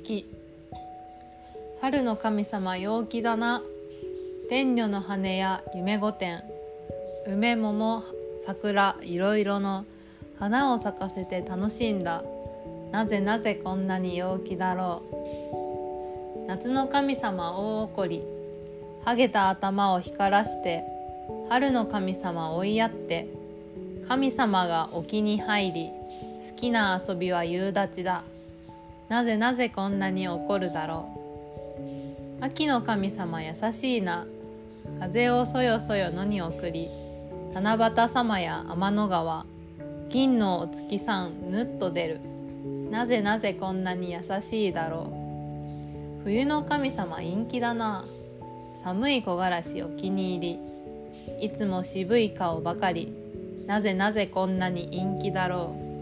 月。春の神様陽気だな。天女の羽や夢御殿、梅桃桜いろいろの花を咲かせて楽しんだ。なぜこんなに陽気だろう。夏の神様大怒り、はげた頭を光らして春の神様追いやって、神様が沖に入り好きな遊びは夕立だ。なぜこんなに怒るだろう。秋の神様優しいな。風をそよそよ野に送り、七夕様や天の川、銀のお月さんぬっと出る。なぜこんなに優しいだろう。冬の神様陰気だな。寒い木枯らしお気に入り、いつも渋い顔ばかり。なぜこんなに陰気だろう。